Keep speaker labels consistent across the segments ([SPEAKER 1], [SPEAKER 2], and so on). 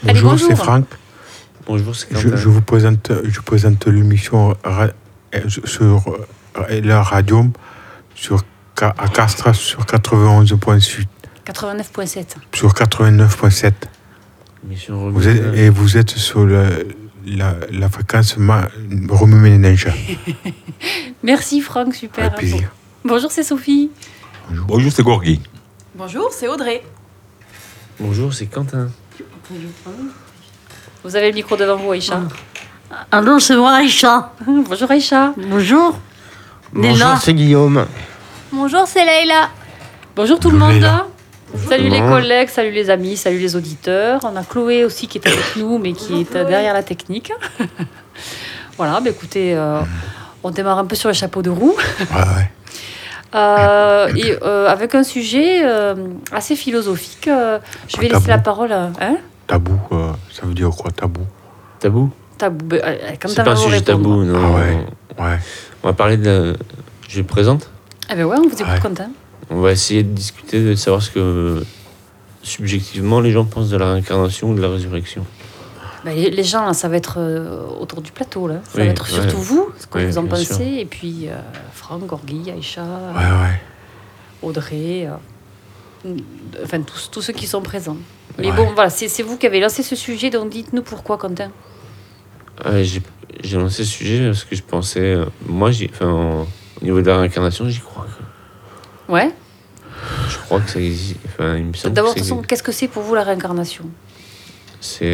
[SPEAKER 1] Bonjour, c'est Franck.
[SPEAKER 2] Bonjour, c'est Quentin.
[SPEAKER 1] Je présente l'émission sur la radio à Castres sur 91.8.
[SPEAKER 3] 89.7.
[SPEAKER 1] Sur 89.7. Vous êtes sur la fréquence Remue-Ménage.
[SPEAKER 3] Merci Franck, super.
[SPEAKER 1] Avec plaisir.
[SPEAKER 3] Bonjour, c'est Sophie.
[SPEAKER 4] Bonjour, c'est Gorgui.
[SPEAKER 5] Bonjour, c'est Audrey.
[SPEAKER 2] Bonjour, c'est Quentin.
[SPEAKER 3] Vous avez le micro devant vous, Aïcha.
[SPEAKER 6] Allô, c'est moi, Aïcha.
[SPEAKER 3] Bonjour Aïcha.
[SPEAKER 6] Bonjour.
[SPEAKER 7] Bonjour, c'est Guillaume.
[SPEAKER 5] Bonjour, c'est Leïla.
[SPEAKER 3] Bonjour tout le monde.
[SPEAKER 1] Leïla.
[SPEAKER 3] Salut les collègues, salut les amis, salut les auditeurs. On a Chloé aussi qui est avec nous, mais qui est derrière la technique. Voilà, écoutez, on démarre un peu sur le chapeau de roue.
[SPEAKER 1] Ouais.
[SPEAKER 3] Avec un sujet assez philosophique. Je vais laisser la parole à...
[SPEAKER 1] Tabou, ça veut dire quoi, tabou?
[SPEAKER 2] Tabou?
[SPEAKER 3] Tabou.
[SPEAKER 2] C'est pas un sujet tabou, non.
[SPEAKER 1] Ah ouais.
[SPEAKER 2] On va parler de... Je le présente?
[SPEAKER 3] Ah ben ouais, on vous écoute, Quentin.
[SPEAKER 2] On va essayer de discuter, de savoir ce que, subjectivement, les gens pensent de la réincarnation ou de la résurrection.
[SPEAKER 3] Ben, les gens, là, ça va être autour du plateau, là. Ça va être surtout vous, ce que vous en pensez. Sûr. Et puis, Franck, Gorgui, Aïcha, Audrey, enfin, tous ceux qui sont présents. Mais bon, voilà, c'est vous qui avez lancé ce sujet, donc dites-nous pourquoi, Quentin.
[SPEAKER 2] J'ai lancé ce sujet parce que je pensais... moi, au niveau de la réincarnation, j'y crois.
[SPEAKER 3] Ouais.
[SPEAKER 2] Je crois que ça existe. Enfin, il me semble.
[SPEAKER 3] D'abord, de toute façon, qu'est-ce que c'est pour vous la réincarnation? C'est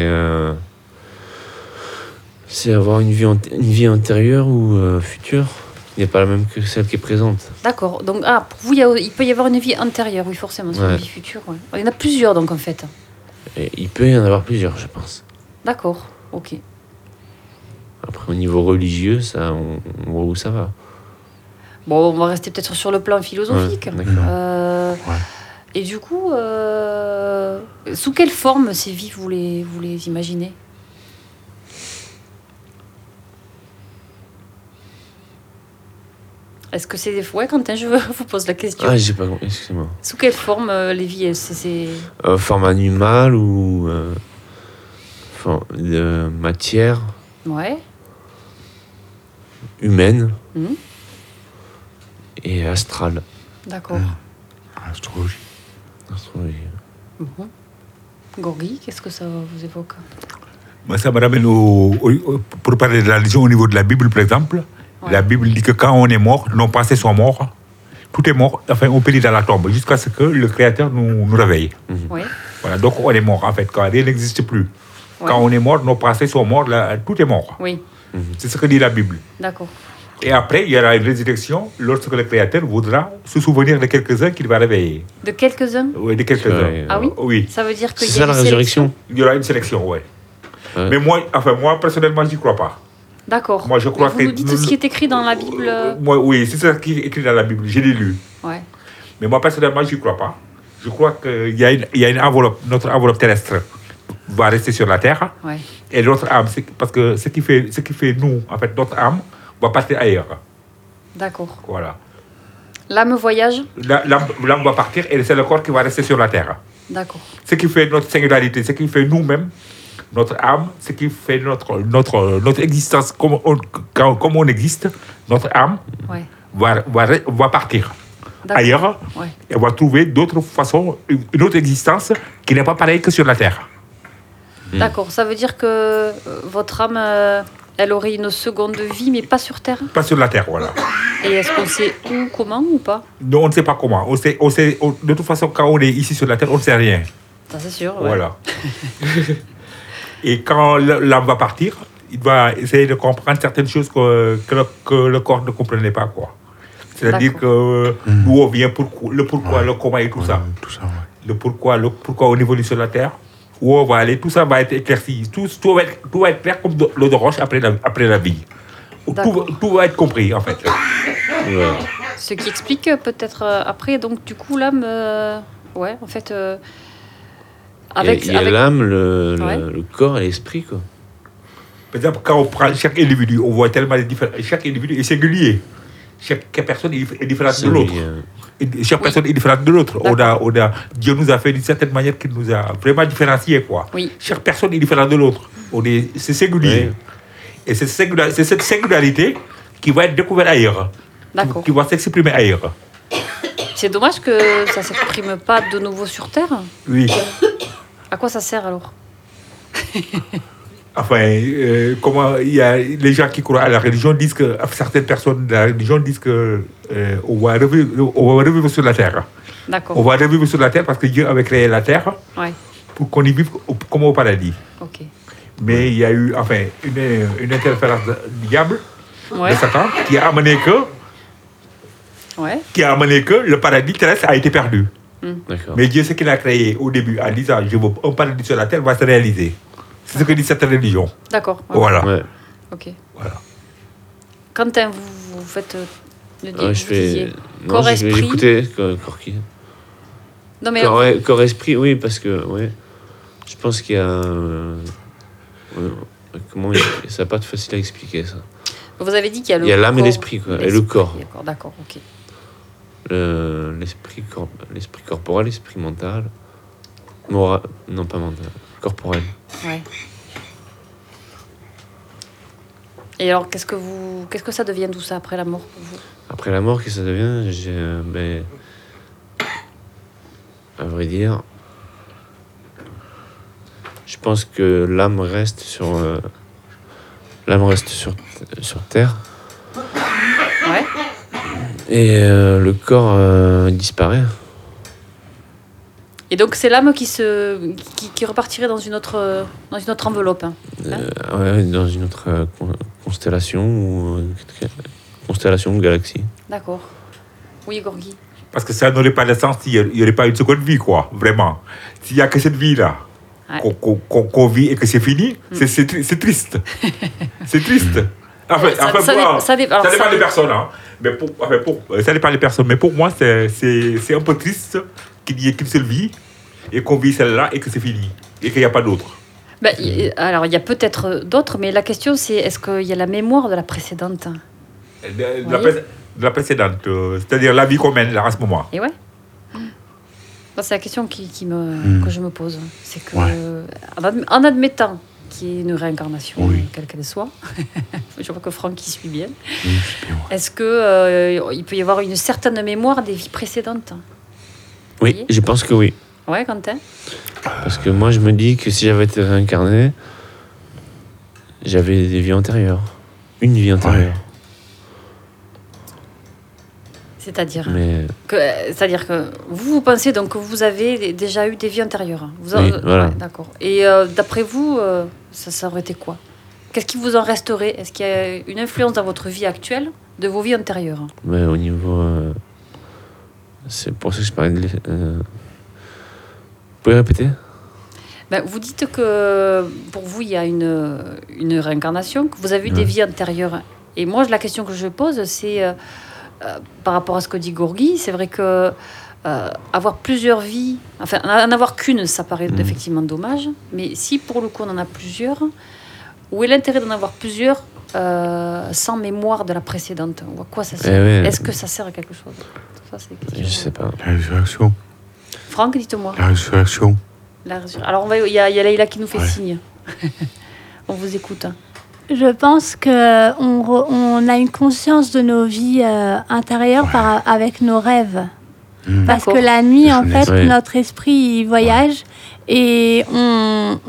[SPEAKER 2] avoir une vie antérieure ou future qui n'est pas la même que celle qui est présente.
[SPEAKER 3] D'accord. Donc, pour vous, il peut y avoir une vie antérieure, oui, forcément, c'est une vie future. Ouais. Il y en a plusieurs, donc, en fait.
[SPEAKER 2] Et il peut y en avoir plusieurs, je pense.
[SPEAKER 3] D'accord, ok.
[SPEAKER 2] Après, au niveau religieux, ça, on voit où ça va.
[SPEAKER 3] Bon, on va rester peut-être sur le plan philosophique. Et du coup, sous quelle forme ces vies vous les imaginez? Est-ce que c'est... Ouais, Quentin, je vous pose la question.
[SPEAKER 2] Ah, j'ai pas compris, excusez-moi.
[SPEAKER 3] Sous quelle forme les vies, c'est...
[SPEAKER 2] Forme animale ou... forme de matière.
[SPEAKER 3] Ouais.
[SPEAKER 2] Humaine. Et astrale.
[SPEAKER 3] D'accord.
[SPEAKER 1] Astrologie.
[SPEAKER 3] Gorgui, qu'est-ce que ça vous évoque?
[SPEAKER 4] Moi, ça me ramène pour parler de la religion au niveau de la Bible, par exemple. Ouais. La Bible dit que quand on est mort, nos pensées sont morts. Tout est mort, enfin, on périt dans la tombe, jusqu'à ce que le Créateur nous réveille.
[SPEAKER 3] Oui.
[SPEAKER 4] Voilà, donc on est mort, en fait, quand rien n'existe plus.
[SPEAKER 3] Ouais.
[SPEAKER 4] Quand on est mort, nos pensées sont mortes, là, tout est mort.
[SPEAKER 3] Oui.
[SPEAKER 4] C'est ce que dit la Bible.
[SPEAKER 3] D'accord.
[SPEAKER 4] Et après, il y aura une résurrection lorsque le Créateur voudra se souvenir de quelques-uns qu'il va réveiller.
[SPEAKER 3] De quelques-uns?
[SPEAKER 4] Oui, de quelques-uns.
[SPEAKER 3] Ah oui?
[SPEAKER 4] Oui.
[SPEAKER 3] Ça veut dire qu'il
[SPEAKER 2] y
[SPEAKER 3] a
[SPEAKER 2] la résurrection?
[SPEAKER 4] Il y aura une sélection, oui. Ouais. Mais moi, personnellement, je n'y crois pas.
[SPEAKER 3] D'accord.
[SPEAKER 4] Moi, je crois
[SPEAKER 3] vous nous dites ce qui est écrit dans la Bible?
[SPEAKER 4] Moi, oui, c'est ce qui est écrit dans la Bible. Je l'ai lu.
[SPEAKER 3] Ouais.
[SPEAKER 4] Mais moi, personnellement, je n'y crois pas. Je crois qu'il y a une enveloppe, notre enveloppe terrestre va rester sur la Terre.
[SPEAKER 3] Ouais.
[SPEAKER 4] Et notre âme, parce que ce qui fait nous, en fait, notre âme, va partir ailleurs.
[SPEAKER 3] D'accord.
[SPEAKER 4] Voilà.
[SPEAKER 3] L'âme voyage?
[SPEAKER 4] L'âme va partir et c'est le corps qui va rester sur la Terre.
[SPEAKER 3] D'accord.
[SPEAKER 4] Ce qui fait notre singularité, ce qui fait nous-mêmes, notre âme, ce qui fait notre existence, comme on existe, notre âme va partir ailleurs et va trouver d'autres façons, une autre existence qui n'est pas pareille que sur la Terre.
[SPEAKER 3] D'accord, ça veut dire que votre âme, elle aurait une seconde vie, mais pas sur Terre?
[SPEAKER 4] Pas sur la Terre, voilà.
[SPEAKER 3] Et est-ce qu'on sait où, comment ou pas?
[SPEAKER 4] Non, on ne sait pas comment. On sait, de toute façon, quand on est ici sur la Terre, on ne sait rien.
[SPEAKER 3] Ça, c'est sûr.
[SPEAKER 4] Voilà. Et quand l'âme va partir, il va essayer de comprendre certaines choses que le corps ne comprenait pas, quoi. C'est-à-dire que d'où on vient, le pourquoi, le comment et tout ça.
[SPEAKER 1] Tout ça,
[SPEAKER 4] Le pourquoi on évolue sur la Terre, où on va aller, tout ça va être éclairci. Tout va être clair comme l'eau de roche après la vie. Tout va être compris, en fait.
[SPEAKER 3] Ce qui explique peut-être après, donc du coup, l'âme... en fait...
[SPEAKER 2] il y a l'âme, le corps et l'esprit, quoi.
[SPEAKER 4] Par exemple, quand on prend chaque individu, on voit tellement les différents... Chaque individu est singulier. chaque personne est différente de
[SPEAKER 2] Oui,
[SPEAKER 4] l'autre. Chaque personne est différente de l'autre. Dieu nous a fait d'une certaine manière qu'il nous a vraiment différenciés, quoi.
[SPEAKER 3] Oui.
[SPEAKER 4] Chaque personne est différente de l'autre. C'est singulier.
[SPEAKER 2] Oui.
[SPEAKER 4] Et c'est cette singularité qui va être découverte ailleurs.
[SPEAKER 3] D'accord.
[SPEAKER 4] Qui va s'exprimer ailleurs.
[SPEAKER 3] C'est dommage que ça ne s'exprime pas de nouveau sur Terre.
[SPEAKER 4] Oui.
[SPEAKER 3] À quoi ça sert alors?
[SPEAKER 4] Enfin, comment il y a les gens qui croient à la religion disent que certaines personnes de la religion disent que on va revivre sur la terre.
[SPEAKER 3] D'accord.
[SPEAKER 4] On va revivre sur la terre parce que Dieu avait créé la terre
[SPEAKER 3] Ouais.
[SPEAKER 4] pour qu'on y vive comme au paradis.
[SPEAKER 3] Ok.
[SPEAKER 4] Mais il y a eu une interférence du diable,
[SPEAKER 3] Ouais.
[SPEAKER 4] de Satan, qui a amené que le paradis terrestre a été perdu.
[SPEAKER 2] D'accord.
[SPEAKER 4] Mais Dieu, ce qu'il a créé au début en disant je veux un paradis sur la terre va se réaliser. C'est ce que dit cette religion.
[SPEAKER 3] D'accord. Ouais.
[SPEAKER 4] Voilà.
[SPEAKER 2] Ouais.
[SPEAKER 3] Ok.
[SPEAKER 4] Voilà.
[SPEAKER 3] Quentin, vous faites le
[SPEAKER 2] Ouais, je fais. Non,
[SPEAKER 3] corps
[SPEAKER 2] j'ai
[SPEAKER 3] esprit.
[SPEAKER 2] écouté corps qui.
[SPEAKER 3] Non mais
[SPEAKER 2] Corps esprit, oui, parce que ouais, je pense qu'il y a. Ça n'a pas de facile à expliquer ça.
[SPEAKER 3] vous avez dit qu'il y a le
[SPEAKER 2] Il y a l'âme et
[SPEAKER 3] corps,
[SPEAKER 2] l'esprit, quoi, et le corps.
[SPEAKER 3] D'accord. Ok.
[SPEAKER 2] L'esprit corporel, l'esprit mental, moral, non pas mental, corporel.
[SPEAKER 3] Ouais. Et alors, qu'est-ce que ça devient tout ça après la mort pour vous?
[SPEAKER 2] Après la mort, qu'est-ce que ça devient? À vrai dire, je pense que l'âme reste sur terre
[SPEAKER 3] Ouais.
[SPEAKER 2] et le corps disparaît.
[SPEAKER 3] Et donc c'est l'âme qui repartirait dans une autre enveloppe. Hein.
[SPEAKER 2] Ouais, dans une autre constellation ou galaxie.
[SPEAKER 3] D'accord. Oui, Gorgui.
[SPEAKER 4] Parce que ça n'aurait pas de sens s'il n'y aurait pas une seconde vie, quoi, vraiment. S'il n'y a que cette vie-là
[SPEAKER 3] Ouais.
[SPEAKER 4] qu'on vit et que c'est fini, c'est triste. C'est triste. Ça dépend des personnes. Hein. Mais ça dépend des personnes. Mais pour moi, c'est un peu triste qu'il n'y ait qu'une seule vie et qu'on vit celle-là et que c'est fini. Et qu'il n'y a pas d'autre.
[SPEAKER 3] Alors, il y a peut-être d'autres, mais la question c'est est-ce qu'il y a la mémoire de la précédente?
[SPEAKER 4] De la précédente, c'est-à-dire la vie qu'on mène là, à ce moment.
[SPEAKER 3] Et ouais. C'est la question que je me pose. C'est que, en admettant qu'il y ait une réincarnation, quelle qu'elle soit, je vois que Franck y suit bien, est-ce qu'il peut y avoir une certaine mémoire des vies précédentes?
[SPEAKER 2] Oui,
[SPEAKER 3] voyez
[SPEAKER 2] je pense que oui.
[SPEAKER 3] Ouais, Quentin?
[SPEAKER 2] Parce que moi, je me dis que si j'avais été réincarné, j'avais des vies antérieures. Une vie antérieure.
[SPEAKER 3] C'est-à-dire
[SPEAKER 2] Mais...
[SPEAKER 3] C'est-à-dire que vous pensez donc que vous avez déjà eu des vies antérieures.
[SPEAKER 2] Oui, voilà.
[SPEAKER 3] Ouais, d'accord. Et d'après vous, ça aurait été quoi? Qu'est-ce qui vous en resterait? Est-ce qu'il y a une influence dans votre vie actuelle de vos vies antérieures?
[SPEAKER 2] Mais au niveau... c'est pour ça que je parlais de... Vous pouvez répéter?
[SPEAKER 3] Vous dites que pour vous, il y a une réincarnation, que vous avez eu des vies antérieures. Et moi, la question que je pose, c'est... par rapport à ce que dit Gorgui, c'est vrai que avoir plusieurs vies, enfin, en avoir qu'une, ça paraît effectivement dommage, mais si pour le coup on en a plusieurs, où est l'intérêt d'en avoir plusieurs sans mémoire de la précédente? Ou à quoi ça sert? Est-ce que ça sert à quelque chose? Ça, c'est
[SPEAKER 2] je sais pas.
[SPEAKER 1] La résurrection.
[SPEAKER 3] Franck, dites-moi.
[SPEAKER 1] La résurrection.
[SPEAKER 3] Alors, il y a Leïla qui nous fait signe. On vous écoute.
[SPEAKER 5] Je pense qu'on a une conscience de nos vies intérieures avec nos rêves. Parce que la nuit, en fait, notre esprit il voyage et on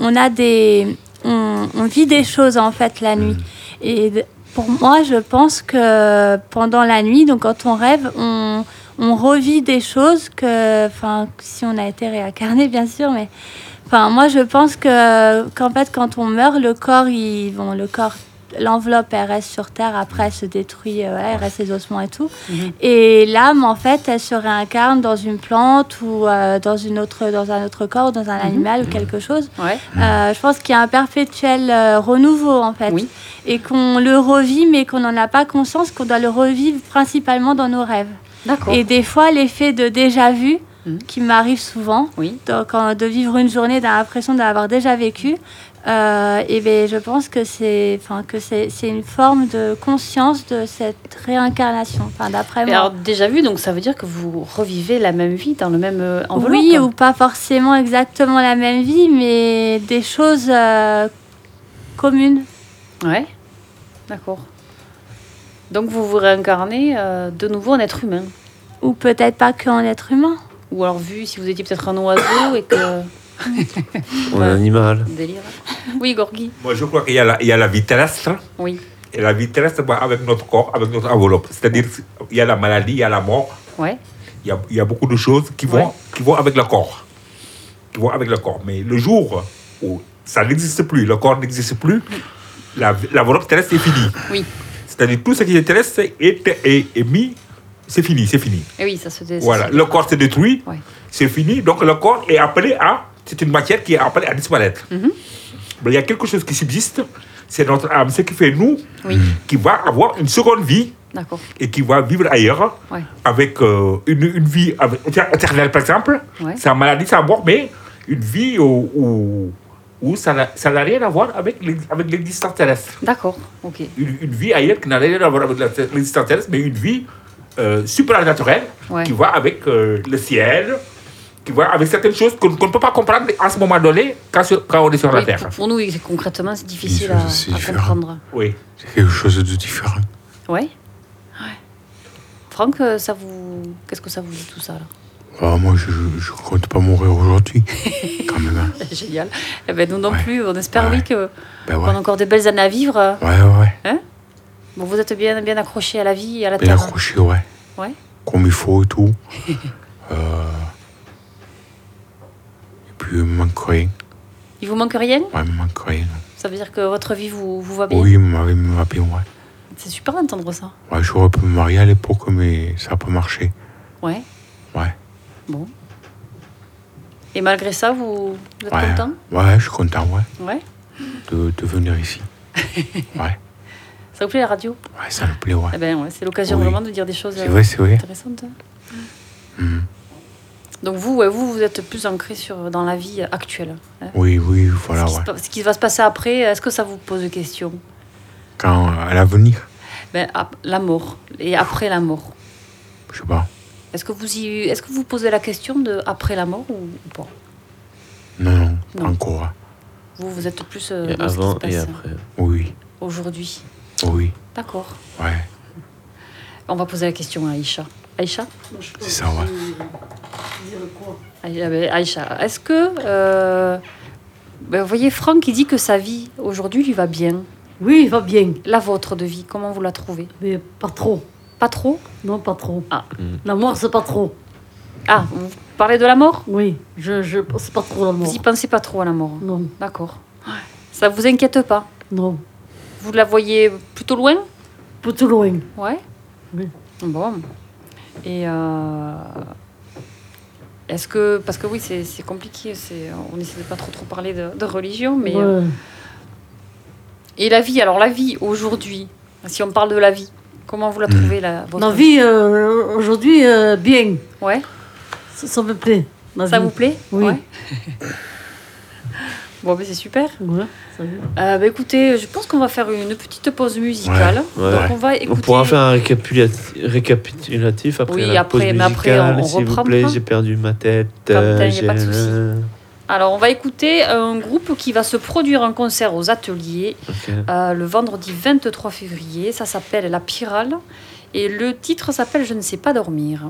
[SPEAKER 5] vit des choses, en fait, la nuit. Et pour moi, je pense que pendant la nuit, donc quand on rêve, on revit des choses si on a été réincarné, bien sûr, mais... moi, je pense qu'en fait, quand on meurt, l'enveloppe, elle reste sur Terre, après, elle se détruit, il reste les ossements et tout. Et l'âme, en fait, elle se réincarne dans une plante ou dans un autre corps, dans un animal ou quelque chose. Je pense qu'il y a un perpétuel renouveau, en fait. Oui. Et qu'on le revit, mais qu'on n'en a pas conscience, qu'on doit le revivre principalement dans nos rêves. D'accord. Et des fois, l'effet de déjà-vu, qui m'arrive souvent, de vivre une journée, d'avoir l'impression d'avoir déjà vécu. Et ben, je pense que c'est une forme de conscience de cette réincarnation, d'après moi.
[SPEAKER 3] Alors, déjà vu, donc ça veut dire que vous revivez la même vie dans le même enveloppe.
[SPEAKER 5] Oui, ou pas forcément exactement la même vie, mais des choses communes.
[SPEAKER 3] Ouais, d'accord. Donc vous vous réincarnez de nouveau en être humain.
[SPEAKER 5] Ou peut-être pas qu'en être humain.
[SPEAKER 3] Ou alors vu si vous étiez peut-être un oiseau et que...
[SPEAKER 2] Ou un animal.
[SPEAKER 3] Délire. Oui, Gorgui.
[SPEAKER 4] Moi, je crois qu'il y a la vie terrestre.
[SPEAKER 3] Oui.
[SPEAKER 4] Et la vie terrestre va avec notre corps, avec notre enveloppe. C'est-à-dire, il y a la maladie, il y a la mort.
[SPEAKER 3] Ouais.
[SPEAKER 4] Il y a beaucoup de choses qui vont avec le corps. Qui vont avec le corps. Mais le jour où ça n'existe plus, le corps n'existe plus, l'enveloppe terrestre est finie.
[SPEAKER 3] Oui.
[SPEAKER 4] C'est-à-dire, tout ce qui est terrestre est mis, c'est fini, c'est fini.
[SPEAKER 3] Et oui, ça se détruit.
[SPEAKER 4] Voilà, le corps se détruit,
[SPEAKER 3] Ouais.
[SPEAKER 4] c'est fini. Donc, le corps est appelé à... C'est une matière qui est appelée à disparaître.
[SPEAKER 3] Mhm.
[SPEAKER 4] Mais il y a quelque chose qui subsiste, c'est notre âme, ce qui fait nous,
[SPEAKER 3] Oui.
[SPEAKER 4] qui va avoir une seconde vie
[SPEAKER 3] D'accord.
[SPEAKER 4] et qui va vivre ailleurs,
[SPEAKER 3] Ouais.
[SPEAKER 4] avec une vie éternelle, par exemple.
[SPEAKER 3] Ouais.
[SPEAKER 4] Sa maladie, sa mort, mais une vie où ça n'a rien à voir avec l'existence terrestre.
[SPEAKER 3] D'accord, ok.
[SPEAKER 4] Une vie ailleurs qui n'a rien à voir avec l'existence terrestre, mais une vie supranaturelle
[SPEAKER 3] Ouais.
[SPEAKER 4] qui va avec le ciel, qui va avec certaines choses qu'on ne peut pas comprendre à ce moment donné quand on est sur la
[SPEAKER 3] Oui,
[SPEAKER 4] Terre.
[SPEAKER 3] pour nous, concrètement, c'est difficile
[SPEAKER 1] Bien sûr,
[SPEAKER 3] à
[SPEAKER 1] c'est différent.
[SPEAKER 3] comprendre.
[SPEAKER 4] Oui.
[SPEAKER 1] C'est quelque chose de différent.
[SPEAKER 3] Ouais. Ouais. Franck, qu'est-ce que ça vous dit tout ça là?
[SPEAKER 1] Moi, je compte pas mourir aujourd'hui. Quand même. Hein.
[SPEAKER 3] Génial. Eh ben, nous non
[SPEAKER 1] Ouais.
[SPEAKER 3] plus, on espère
[SPEAKER 1] Ouais.
[SPEAKER 3] oui que
[SPEAKER 1] Ben
[SPEAKER 3] qu'on a
[SPEAKER 1] ouais.
[SPEAKER 3] encore de belles années à vivre.
[SPEAKER 1] Ouais.
[SPEAKER 3] Bon, vous êtes bien accrochés à la vie et à la
[SPEAKER 1] Bien
[SPEAKER 3] terre.
[SPEAKER 1] accroché, ouais.
[SPEAKER 3] Ouais.
[SPEAKER 1] Comme il faut et tout. Et puis, il me manque rien.
[SPEAKER 3] Il vous manque rien?
[SPEAKER 1] Ouais, il me manque rien.
[SPEAKER 3] Ça veut dire que votre vie vous va bien?
[SPEAKER 1] Oui, il me va bien, ouais.
[SPEAKER 3] C'est super d'entendre ça.
[SPEAKER 1] Ouais, j'aurais pu me marier à l'époque, mais ça n'a pas marché.
[SPEAKER 3] Ouais.
[SPEAKER 1] Ouais.
[SPEAKER 3] Bon. Et malgré ça, vous êtes
[SPEAKER 1] Ouais.
[SPEAKER 3] content?
[SPEAKER 1] Ouais, je suis content, ouais.
[SPEAKER 3] Ouais.
[SPEAKER 1] De venir ici. Ouais.
[SPEAKER 3] Ça vous plaît la radio?
[SPEAKER 1] Ouais, ça me plaît, ouais.
[SPEAKER 3] Eh ben ouais, c'est l'occasion
[SPEAKER 1] Oui.
[SPEAKER 3] vraiment de dire des choses
[SPEAKER 1] C'est vrai, c'est vrai.
[SPEAKER 3] intéressantes.
[SPEAKER 1] Mhm.
[SPEAKER 3] Donc vous êtes plus ancré dans la vie actuelle. Hein.
[SPEAKER 1] Oui, voilà, ouais.
[SPEAKER 3] Ce qui va se passer après, est-ce que ça vous pose des questions?
[SPEAKER 1] Quand, à l'avenir,
[SPEAKER 3] La mort et après la mort.
[SPEAKER 1] je sais pas.
[SPEAKER 3] Est-ce que vous posez la question de après la mort ou pas?
[SPEAKER 1] Non, pas
[SPEAKER 3] Non.
[SPEAKER 1] encore. Hein.
[SPEAKER 3] Vous êtes plus
[SPEAKER 2] Et
[SPEAKER 3] dans ce qui
[SPEAKER 2] avant
[SPEAKER 3] se passe
[SPEAKER 2] et après.
[SPEAKER 1] Oui,
[SPEAKER 3] aujourd'hui.
[SPEAKER 1] oui,
[SPEAKER 3] D'accord.
[SPEAKER 1] ouais.
[SPEAKER 3] On va poser la question à Aïcha. Aïcha?
[SPEAKER 1] C'est ça, ouais.
[SPEAKER 3] Aïcha, est-ce que... vous voyez, Franck, il dit que sa vie, aujourd'hui, lui va bien.
[SPEAKER 6] Oui, il va bien.
[SPEAKER 3] La vôtre de vie, comment vous la trouvez?
[SPEAKER 6] Mais pas trop.
[SPEAKER 3] Pas trop?
[SPEAKER 6] Non, pas trop.
[SPEAKER 3] Ah.
[SPEAKER 6] La mort, c'est pas trop.
[SPEAKER 3] Ah, vous parlez de la mort?
[SPEAKER 6] Oui, c'est pas trop la mort.
[SPEAKER 3] Vous y pensez pas trop à la mort?
[SPEAKER 6] Non,
[SPEAKER 3] D'accord. Ça vous inquiète pas?
[SPEAKER 6] non.
[SPEAKER 3] Vous la voyez plutôt loin?
[SPEAKER 6] Plutôt loin.
[SPEAKER 3] Ouais.
[SPEAKER 6] Oui.
[SPEAKER 3] Bon. Et est-ce que... Parce que oui, c'est compliqué. On essaie de pas trop parler de religion, mais...
[SPEAKER 6] Ouais.
[SPEAKER 3] Et la vie, alors la vie aujourd'hui, si on parle de la vie, comment vous la trouvez, votre
[SPEAKER 6] La vie, aujourd'hui, bien.
[SPEAKER 3] Ouais.
[SPEAKER 6] Ça me plaît. la
[SPEAKER 3] Ça
[SPEAKER 6] vie.
[SPEAKER 3] vous plaît?
[SPEAKER 6] Oui.
[SPEAKER 3] Ouais. Bon, mais c'est super.
[SPEAKER 6] Ouais, ça y est.
[SPEAKER 3] Écoutez, je pense qu'on va faire une petite pause musicale.
[SPEAKER 2] Ouais.
[SPEAKER 3] Donc on va écouter...
[SPEAKER 2] On pourra faire un récapitulatif après
[SPEAKER 3] Oui,
[SPEAKER 2] la pause
[SPEAKER 3] après, mais après,
[SPEAKER 2] musicale,
[SPEAKER 3] on
[SPEAKER 2] s'il vous
[SPEAKER 3] reprendra.
[SPEAKER 2] plaît. J'ai perdu ma tête.
[SPEAKER 3] Comme y a pas de souci. Alors, on va écouter un groupe qui va se produire un concert aux ateliers
[SPEAKER 2] Ok.
[SPEAKER 3] le vendredi 23 février. Ça s'appelle La Pyrale. Et le titre s'appelle Je ne sais pas dormir.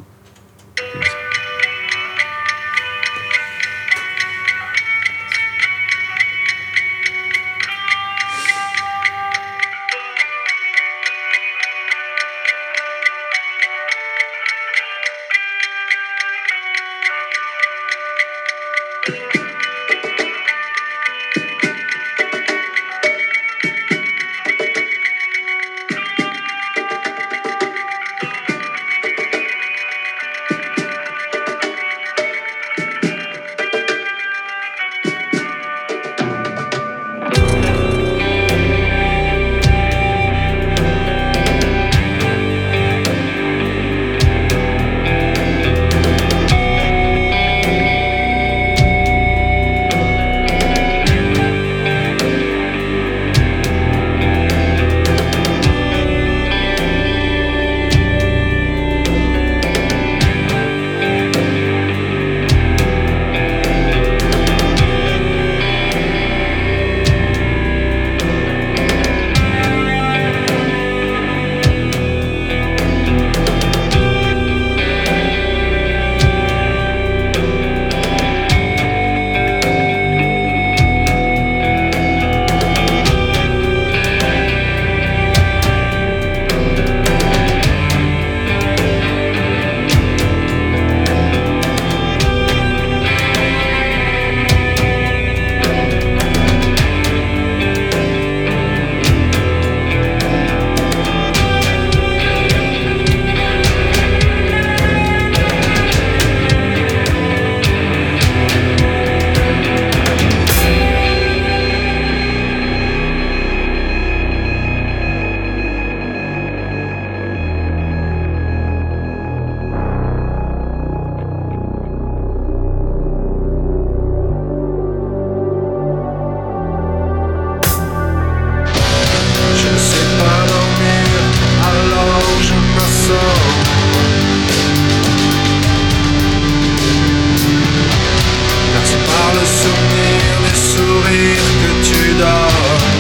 [SPEAKER 8] sourire que tu donnes.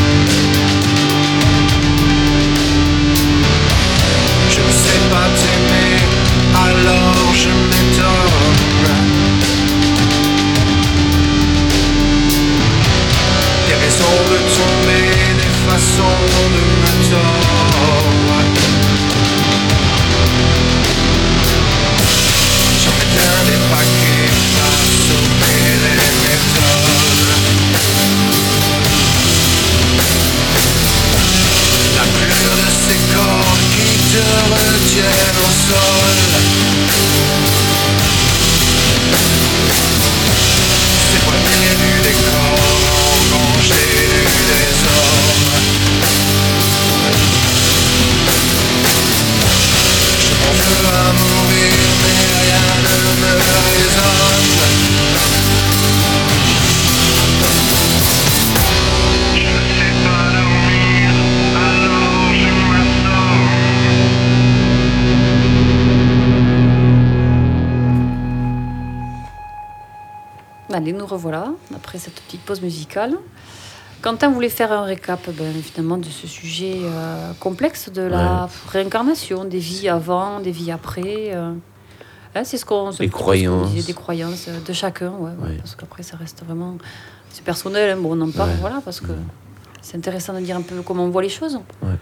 [SPEAKER 8] Je ne sais pas t'aimer, alors je m'étonne. Des raisons de tomber, des façons de me tordre. J'en ai des paquets à sauver les méthodes. La pluie de ces corps qui te retiennent au sol. S'éloigner du décor, engorgé du désordre. Je m'en veux à mourir, mais rien ne me résonne. Je ne sais pas dormir, alors je m'assomme.
[SPEAKER 3] Allez, nous revoilà, après cette petite pause musicale. Quentin voulait faire un récap, finalement, de ce sujet complexe de la réincarnation, des vies avant, des vies après. C'est ce qu'on
[SPEAKER 2] des croyances.
[SPEAKER 3] Disait, des croyances de chacun, parce qu'après, ça reste vraiment... C'est personnel, hein, bon, on en parle, voilà, parce que c'est intéressant de dire un peu comment on voit les choses.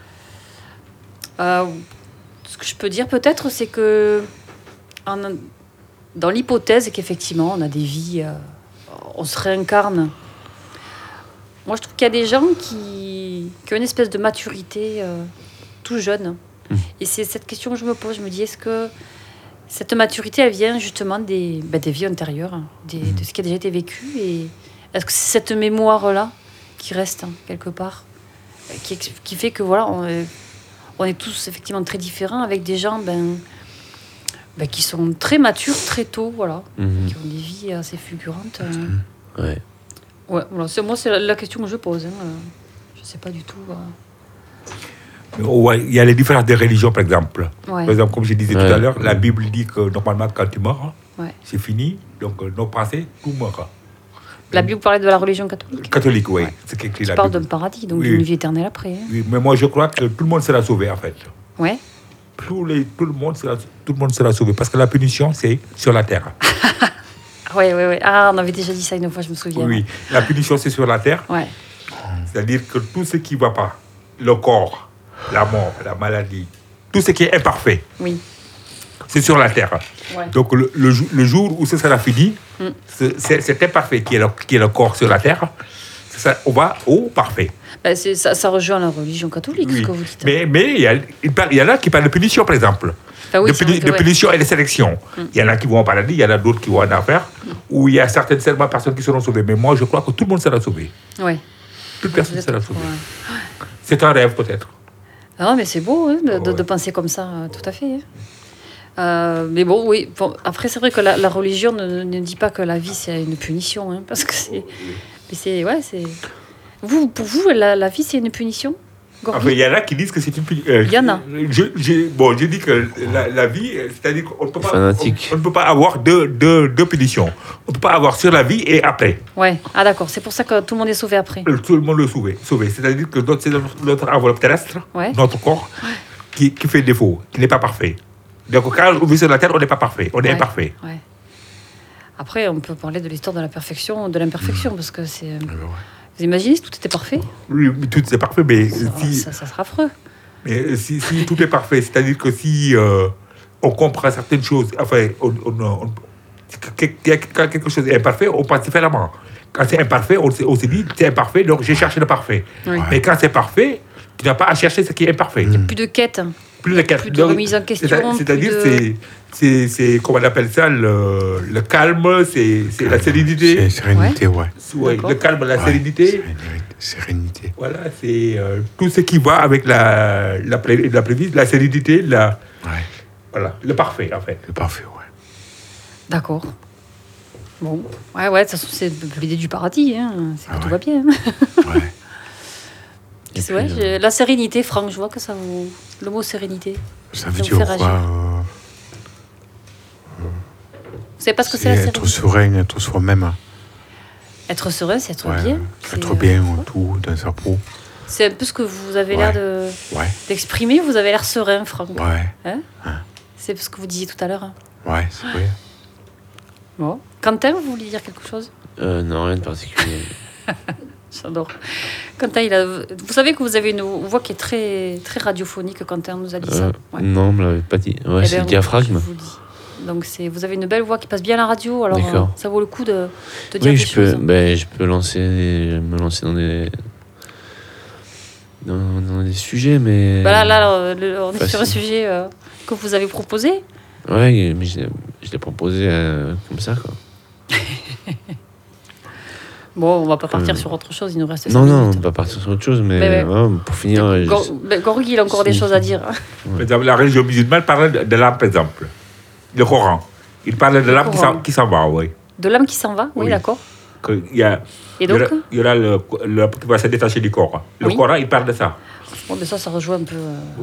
[SPEAKER 3] Ce que je peux dire, peut-être, c'est que dans l'hypothèse qu'effectivement, on a des vies... on se réincarne. Moi, je trouve qu'il y a des gens qui ont une espèce de maturité tout jeune. Et c'est cette question que je me pose. Je me dis, est-ce que cette maturité, elle vient justement des vies antérieures, de ce qui a déjà été vécu, et est-ce que c'est cette mémoire-là qui reste quelque part, qui fait que voilà, on est tous effectivement très différents, avec des gens qui sont très matures très tôt, voilà, qui ont des vies assez fulgurantes. Voilà, c'est la question que je pose. Je sais pas du tout.
[SPEAKER 4] Il y a les différences des religions, par exemple.
[SPEAKER 3] Ouais.
[SPEAKER 4] Par exemple, comme je disais tout à l'heure, la Bible dit que normalement, quand tu meurs, c'est fini. Donc, nos pensées, tout meurt.
[SPEAKER 3] La Bible parlait de la religion catholique.
[SPEAKER 4] Catholique, oui. C'est
[SPEAKER 3] qui parle d'un paradis, donc d'une vie éternelle après.
[SPEAKER 4] Oui, mais moi, je crois que tout le monde sera sauvé, en fait.
[SPEAKER 3] Ouais.
[SPEAKER 4] Tout le monde sera sauvé. Parce que la punition, c'est sur la terre.
[SPEAKER 3] Oui. Ah, on avait déjà dit ça une fois, je me souviens.
[SPEAKER 4] Oui, la punition, c'est sur la terre.
[SPEAKER 3] Ouais.
[SPEAKER 4] C'est-à-dire que tout ce qui ne va pas, le corps, la mort, la maladie, tout ce qui est imparfait, c'est sur la terre. Ouais. Donc, le jour où ce sera fini, c'est imparfait qui est le corps sur la terre. Ça, on va au parfait.
[SPEAKER 3] Ça rejoint la religion catholique, ce que vous dites.
[SPEAKER 4] Mais il y en a qui parlent de punition, par exemple. De punition et de sélection. Il y en a qui vont au paradis, il y en a d'autres qui vont en enfer, où il y a certaines seulement personnes qui seront sauvées. Mais moi, je crois que tout le monde sera sauvé.
[SPEAKER 3] Oui.
[SPEAKER 4] Toute personne sera sauvée. C'est un rêve, peut-être.
[SPEAKER 3] Ah, mais c'est beau de penser comme ça, tout à fait. Mais bon, oui. Bon, après, c'est vrai que la religion ne dit pas que la vie, c'est une punition. Parce que c'est... Pour vous, la vie, c'est une punition?
[SPEAKER 4] Enfin, il y en a qui disent que c'est une punition.
[SPEAKER 3] Il y en a.
[SPEAKER 4] Je dis que la vie, c'est-à-dire qu'on ne peut pas avoir deux punitions. On ne peut pas avoir sur la vie et après.
[SPEAKER 3] Ouais. Ah d'accord, c'est pour ça que tout le monde est sauvé après.
[SPEAKER 4] Tout le monde est sauvé. C'est-à-dire que c'est notre enveloppe terrestre, notre corps, qui fait défaut, qui n'est pas parfait. Donc quand on vit sur la terre, on n'est pas parfait, on est imparfait.
[SPEAKER 3] Ouais. Après, on peut parler de l'histoire de la perfection, de l'imperfection, parce que c'est... Vous imaginez si tout était parfait? Oui,
[SPEAKER 4] tout était parfait, mais...
[SPEAKER 3] Ça sera affreux.
[SPEAKER 4] Mais si tout est parfait, c'est-à-dire que si on comprend certaines choses, enfin, quand quelque chose est imparfait, on pense différemment. Quand c'est imparfait, on se dit, c'est imparfait, donc j'ai cherché le parfait. Oui. Mais quand c'est parfait, tu n'as pas à chercher ce qui est imparfait.
[SPEAKER 3] Il n'y a plus de quête.
[SPEAKER 4] Plus de
[SPEAKER 3] remise en question.
[SPEAKER 4] C'est-à-dire, c'est comment on appelle ça, le calme, c'est la sérénité.
[SPEAKER 1] C'est sérénité,
[SPEAKER 4] le calme, la sérénité.
[SPEAKER 1] Sérénité.
[SPEAKER 4] Voilà, c'est tout ce qui va avec la prévise, la sérénité, voilà, le parfait, en fait.
[SPEAKER 1] Le parfait,
[SPEAKER 3] D'accord. Bon, de toute façon, c'est l'idée du paradis, c'est que tout va bien. La sérénité, Franck, je vois que ça vous... Le mot sérénité.
[SPEAKER 1] Ça veut dire quoi
[SPEAKER 3] Vous savez pas ce que c'est la sérénité?
[SPEAKER 1] Être serein, être soi-même.
[SPEAKER 3] Être serein, c'est être
[SPEAKER 1] Ouais,
[SPEAKER 3] bien.
[SPEAKER 1] être bien tout dans sa peau.
[SPEAKER 3] C'est un peu ce que vous avez l'air d'exprimer. Vous avez l'air serein, Franck.
[SPEAKER 1] Ouais.
[SPEAKER 3] Hein c'est ce que vous disiez tout à l'heure.
[SPEAKER 1] Ouais, c'est vrai.
[SPEAKER 3] Bon. Quentin, vous vouliez dire quelque chose?
[SPEAKER 2] Non, rien de particulier.
[SPEAKER 3] J'adore. Quentin, vous savez que vous avez une voix qui est très, très radiophonique. Quentin nous a dit ça. Ouais.
[SPEAKER 2] Non, on me l'avait pas dit. Ouais, c'est le diaphragme.
[SPEAKER 3] Donc vous avez une belle voix qui passe bien à la radio. Alors ça vaut le coup de dire
[SPEAKER 2] des
[SPEAKER 3] choses.
[SPEAKER 2] Je peux me lancer dans des sujets, mais...
[SPEAKER 3] Là, on est sur un sujet que vous avez proposé.
[SPEAKER 2] Ouais, mais je l'ai proposé comme ça, quoi.
[SPEAKER 3] Bon, on va pas partir sur autre chose, il nous reste 5
[SPEAKER 2] minutes.
[SPEAKER 3] Non,
[SPEAKER 2] on va pas partir sur autre chose, mais pour finir...
[SPEAKER 3] Gorgui, il a encore des choses à dire.
[SPEAKER 4] Par exemple, la religion musulmane parle de l'âme, par exemple. Le Coran. Il parle de l'âme qui s'en va, oui.
[SPEAKER 3] De l'âme qui s'en va, oui. D'accord.
[SPEAKER 4] Et donc il y aura le qui va se détacher du corps. Le Coran, il parle de ça.
[SPEAKER 3] Bon, mais ça rejoint un peu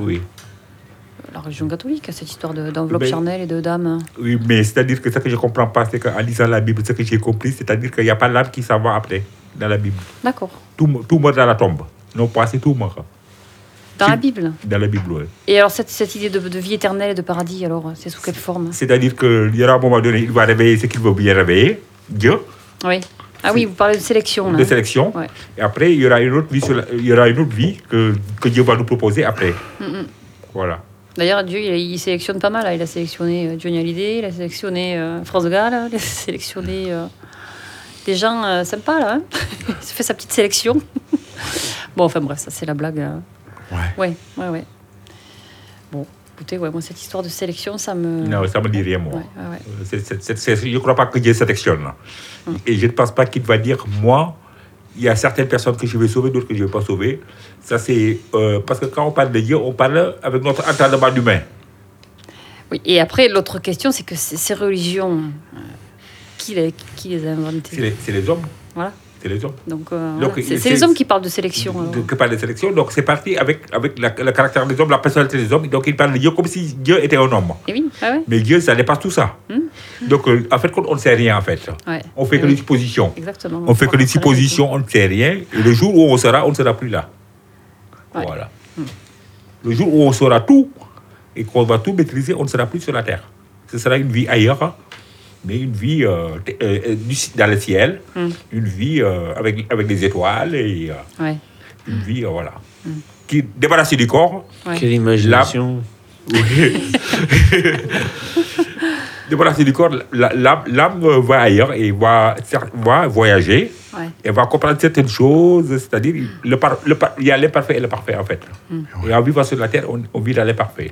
[SPEAKER 3] la religion catholique, cette histoire d'enveloppe charnelle et de d'âme.
[SPEAKER 4] Oui, mais c'est-à-dire que ce que je ne comprends pas, c'est qu'en lisant la Bible, ce que j'ai compris, c'est-à-dire qu'il n'y a pas l'âme qui s'en va après, dans la Bible.
[SPEAKER 3] D'accord.
[SPEAKER 4] Tout meurt dans la tombe. Non pas, c'est tout mort.
[SPEAKER 3] Dans la Bible? Dans
[SPEAKER 4] la Bible, oui.
[SPEAKER 3] Et alors, cette idée de vie éternelle et de paradis, alors, c'est sous quelle forme?
[SPEAKER 4] C'est-à-dire qu'il y aura un moment donné, il va réveiller ce qu'il veut bien réveiller, Dieu.
[SPEAKER 3] Oui. Ah oui, vous parlez de sélection, là.
[SPEAKER 4] De sélection. Ouais. Et après, il y aura une autre vie, que Dieu va nous proposer après. Voilà.
[SPEAKER 3] D'ailleurs, Dieu, il sélectionne pas mal. Là. Il a sélectionné Johnny Hallyday, il a sélectionné France Gall, il a sélectionné des gens sympas, là. Hein. Il a fait sa petite sélection. Bon, enfin bref, ça, c'est la blague. Ouais. Bon, écoutez, moi, cette histoire de sélection, ça me...
[SPEAKER 4] Non, ça me dit rien, moi. Je ne crois pas que Dieu sélectionne. Là. Et je ne pense pas qu'il va dire, moi, il y a certaines personnes que je vais sauver, d'autres que je ne vais pas sauver. Ça, c'est... parce que quand on parle de Dieu, on parle avec notre entendement humain.
[SPEAKER 3] Oui, et après, l'autre question, c'est que ces religions, qui les a inventées?
[SPEAKER 4] C'est les hommes.
[SPEAKER 3] Voilà.
[SPEAKER 4] C'est les hommes.
[SPEAKER 3] Donc c'est les hommes qui parlent de sélection.
[SPEAKER 4] Qui parlent de sélection. Donc c'est parti avec le caractère des hommes, la personnalité des hommes. Donc ils parlent de Dieu comme si Dieu était un homme.
[SPEAKER 3] Et oui,
[SPEAKER 4] mais Dieu, ça dépasse tout ça. Donc en fait, on ne sait rien en fait. On fait que des suppositions.
[SPEAKER 3] Exactement.
[SPEAKER 4] On fait que des suppositions, on ne sait rien. Et le jour où on ne sera plus là. Voilà. Le jour où on saura tout et qu'on va tout maîtriser, on ne sera plus sur la terre. Ce sera une vie ailleurs. Mais une vie dans le ciel, une vie avec des étoiles et une vie, voilà, qui débarrassée du corps.
[SPEAKER 2] Quelle imagination.
[SPEAKER 4] Débarrassée du corps, l'âme va ailleurs et va voyager et va comprendre certaines choses, c'est-à-dire il y a l'imparfait et le parfait en fait. Et en vivant sur la terre, on vit dans l'imparfait.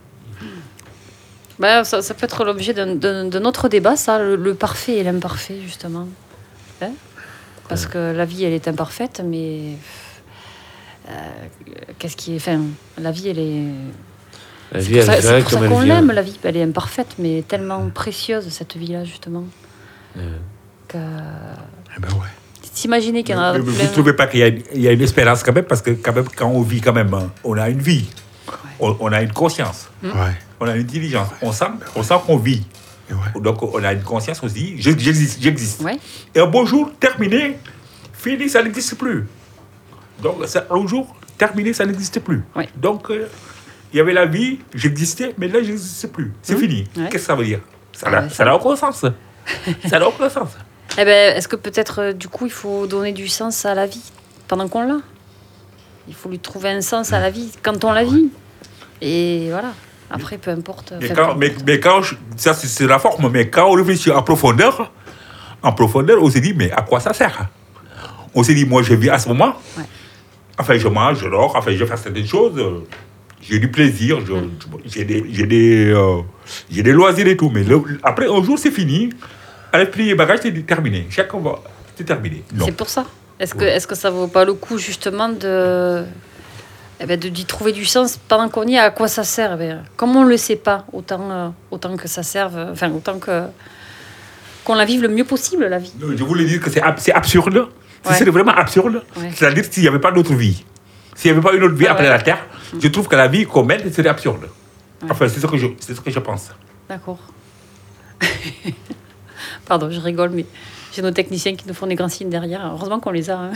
[SPEAKER 3] Ça peut être l'objet d'un autre débat, ça, le parfait et l'imparfait, justement. Parce que la vie, elle est imparfaite, mais qu'est-ce qui est... Enfin, la vie, elle est...
[SPEAKER 2] La vie, elle
[SPEAKER 3] c'est pour ça qu'on l'aime,
[SPEAKER 2] vient.
[SPEAKER 3] la vie. Elle est imparfaite, mais tellement précieuse, cette vie-là, justement. Que... S'imaginer qu'il y en a...
[SPEAKER 4] Vous ne trouvez pas qu'il y a une espérance quand même? Parce que quand même, quand on vit quand même, on a une vie. On a une conscience. On a une intelligence. On sent qu'on vit. Donc, on a une conscience, on se dit, j'existe. Et un beau jour, terminé, fini, ça n'existe plus. Donc, un jour, terminé, ça n'existe plus. Donc, il y avait la vie, j'existais, mais là, je n'existe plus. C'est fini. Qu'est-ce que ça veut dire? Ça n'a aucun sens. Ça n'a aucun sens.
[SPEAKER 3] Est-ce que peut-être, du coup, il faut donner du sens à la vie pendant qu'on l'a? Il faut lui trouver un sens à la vie quand on la vit. Et voilà. Après, peu importe.
[SPEAKER 4] Mais quand ça, c'est la forme. Mais quand on réfléchit en profondeur, on s'est dit, mais à quoi ça sert? On s'est dit, moi, je vis à ce moment. Enfin, je mange, je dors, enfin, je fais certaines choses. J'ai du plaisir, j'ai des loisirs et tout. Mais après, un jour, c'est fini. Avec plier bagages, c'est terminé. Chacun va... C'est terminé.
[SPEAKER 3] C'est pour ça. Est-ce que ça vaut pas le coup, justement, d'y trouver du sens pendant qu'on y est? À quoi ça sert? Comme on ne le sait pas, autant que ça serve, enfin, autant qu'on la vive le mieux possible, la vie.
[SPEAKER 4] Je voulais dire que c'est absurde. C'est vraiment absurde. C'est-à-dire s'il n'y avait pas d'autre vie. S'il n'y avait pas une autre vie après la Terre, je trouve que la vie qu'on mène, c'est absurde. Enfin, c'est ce que je pense.
[SPEAKER 3] D'accord. Pardon, je rigole, mais J'ai nos techniciens qui nous font des grands signes derrière. Heureusement qu'on les a. Hein.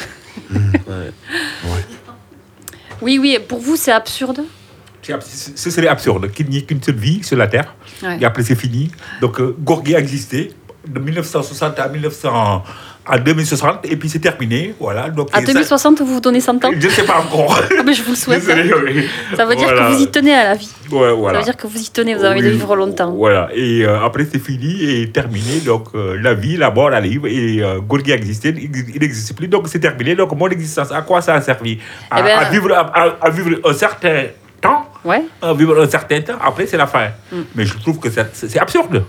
[SPEAKER 3] Oui, pour vous, c'est absurde?
[SPEAKER 4] Ce serait absurde qu'il n'y ait qu'une seule vie sur la Terre. Et après, c'est fini. Donc, Gorgui a existé de 1960 à 2060, et puis c'est terminé. Voilà. Donc,
[SPEAKER 3] à 2060, vous vous donnez 100 ans?
[SPEAKER 4] Je ne sais pas encore.
[SPEAKER 3] Mais je vous le souhaite. Désolé, ça veut dire que vous y tenez à la vie.
[SPEAKER 4] Ouais, voilà.
[SPEAKER 3] Ça veut dire que vous y tenez, vous avez envie de vivre longtemps.
[SPEAKER 4] Voilà. Et après, c'est fini et terminé. Donc, la vie, la mort arrive. Et Gorgui a existé, il n'existe plus. Donc, c'est terminé. Donc, mon existence, à quoi ça a servi? À vivre un certain temps. À vivre un certain temps. Après, c'est la fin. Mais je trouve que c'est absurde.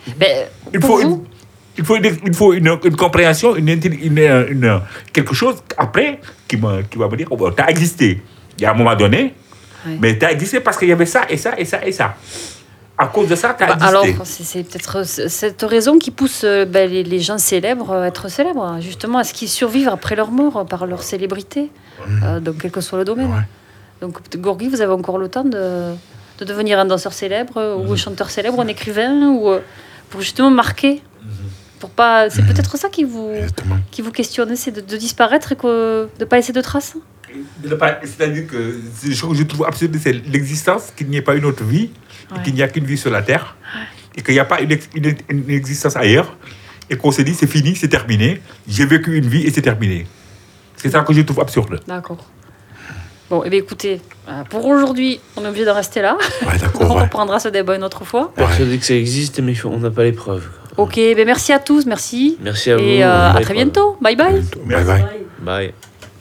[SPEAKER 4] Il faut une compréhension, quelque chose après qui va me dire tu as existé. Il y a un moment donné, mais tu as existé parce qu'il y avait ça et ça et ça et ça. À cause de ça, tu as existé.
[SPEAKER 3] Alors, c'est peut-être cette raison qui pousse les gens célèbres à être célèbres. Justement, à ce qu'ils survivent après leur mort par leur célébrité, donc quel que soit le domaine. Donc, Gorgui, vous avez encore le temps de devenir un danseur célèbre ou un chanteur célèbre, un écrivain, ou pour justement marquer. C'est peut-être ça qui vous questionne, c'est de disparaître et de ne pas laisser de traces.
[SPEAKER 4] C'est-à-dire que ce que je trouve absurde, c'est l'existence, qu'il n'y ait pas une autre vie, qu'il n'y a qu'une vie sur la Terre, et qu'il n'y a pas une existence ailleurs, et qu'on se dit c'est fini, c'est terminé, j'ai vécu une vie et c'est terminé. C'est ça que je trouve absurde.
[SPEAKER 3] D'accord. Bon, eh bien, écoutez, pour aujourd'hui, on est obligé de rester là.
[SPEAKER 1] D'accord,
[SPEAKER 3] on reprendra ce débat une autre fois.
[SPEAKER 2] Persuadé que ça existe, mais on n'a pas les preuves.
[SPEAKER 3] Ok, ben merci à tous, merci.
[SPEAKER 2] Merci à vous.
[SPEAKER 3] Et à très bientôt. Bye bye.
[SPEAKER 1] Bye bye.
[SPEAKER 2] Bye.